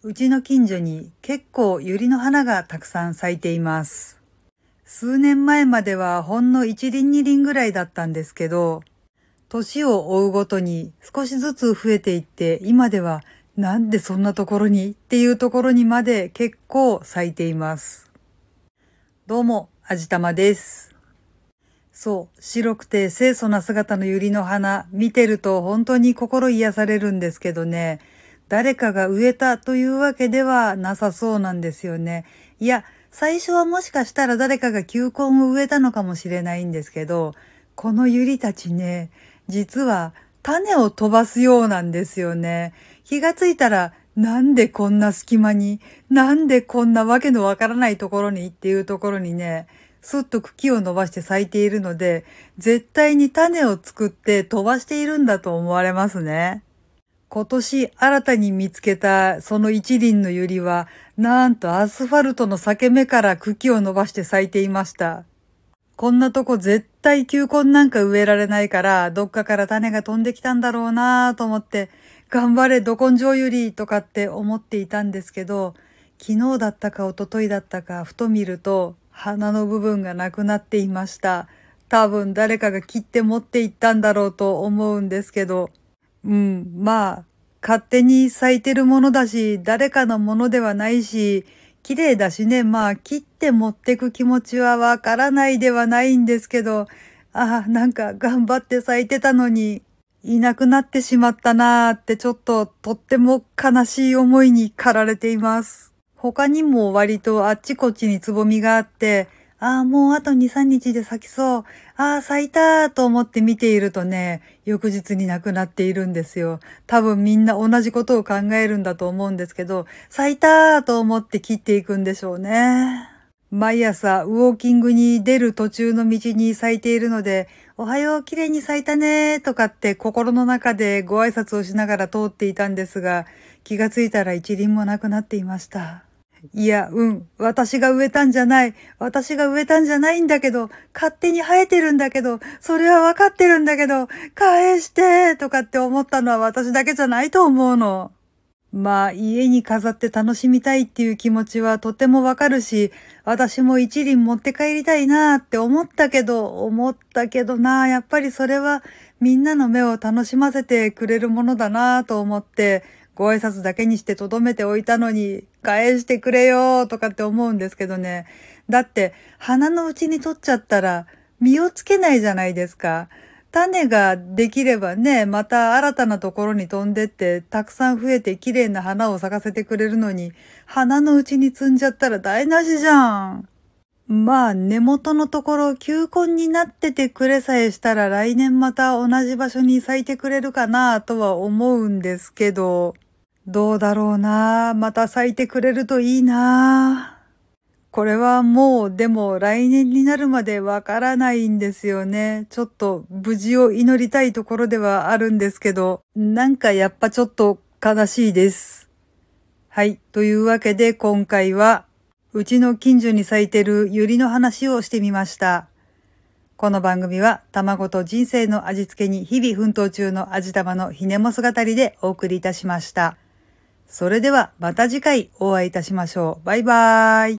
うちの近所に結構ユリの花がたくさん咲いています。数年前まではほんの一輪二輪ぐらいだったんですけど、年を追うごとに少しずつ増えていって、今ではなんでそんなところにっていうところにまで結構咲いています。どうも、あじたまです。そう、白くて清楚な姿のユリの花、見てると本当に心癒されるんですけどね、誰かが植えたというわけではなさそうなんですよね。いや、最初はもしかしたら誰かが球根を植えたのかもしれないんですけど、このユリたちね、実は種を飛ばすようなんですよね。気がついたら、なんでこんな隙間に、なんでこんなわけのわからないところにっていうところにね、すっと茎を伸ばして咲いているので、絶対に種を作って飛ばしているんだと思われますね。今年新たに見つけたその一輪のユリは、なんとアスファルトの裂け目から茎を伸ばして咲いていました。こんなとこ絶対球根なんか植えられないから、どっかから種が飛んできたんだろうなぁと思って、頑張れど根性ユリとかって思っていたんですけど、昨日だったか一昨日だったか、ふと見ると、花の部分がなくなっていました。多分誰かが切って持っていったんだろうと思うんですけど、まあ、勝手に咲いてるものだし、誰かのものではないし、綺麗だしね、まあ、切って持ってく気持ちはわからないではないんですけど、なんか頑張って咲いてたのに、いなくなってしまったなーってちょっととっても悲しい思いに駆られています。他にも割とあっちこっちにつぼみがあって、もうあと2、3日で咲きそう。咲いたと思って見ているとね、翌日になくなっているんですよ。多分みんな同じことを考えるんだと思うんですけど、咲いたと思って切っていくんでしょうね。毎朝ウォーキングに出る途中の道に咲いているので、おはよう、綺麗に咲いたねとかって心の中でご挨拶をしながら通っていたんですが、気がついたら一輪もなくなっていました。いや、私が植えたんじゃない。私が植えたんじゃないんだけど、勝手に生えてるんだけど、それはわかってるんだけど、返してとかって思ったのは私だけじゃないと思うの。まあ、家に飾って楽しみたいっていう気持ちはとてもわかるし、私も一輪持って帰りたいなって思ったけどな、やっぱりそれはみんなの目を楽しませてくれるものだなと思って、ご挨拶だけにして留めておいたのに、返してくれよとかって思うんですけどね。だって、花のうちに取っちゃったら、実をつけないじゃないですか。種ができればね、また新たなところに飛んでって、たくさん増えて綺麗な花を咲かせてくれるのに、花のうちに摘んじゃったら台無しじゃん。まあ、根元のところ球根になっててくれさえしたら来年また同じ場所に咲いてくれるかなとは思うんですけど、どうだろうな。また咲いてくれるといいな。これはもうでも来年になるまでわからないんですよね。ちょっと無事を祈りたいところではあるんですけど、なんかやっぱちょっと悲しいです。はい。というわけで今回は、うちの近所に咲いてるユリの話をしてみました。この番組は卵と人生の味付けに日々奮闘中の味玉のひねも姿りでお送りいたしました。それではまた次回お会いいたしましょう。バイバーイ。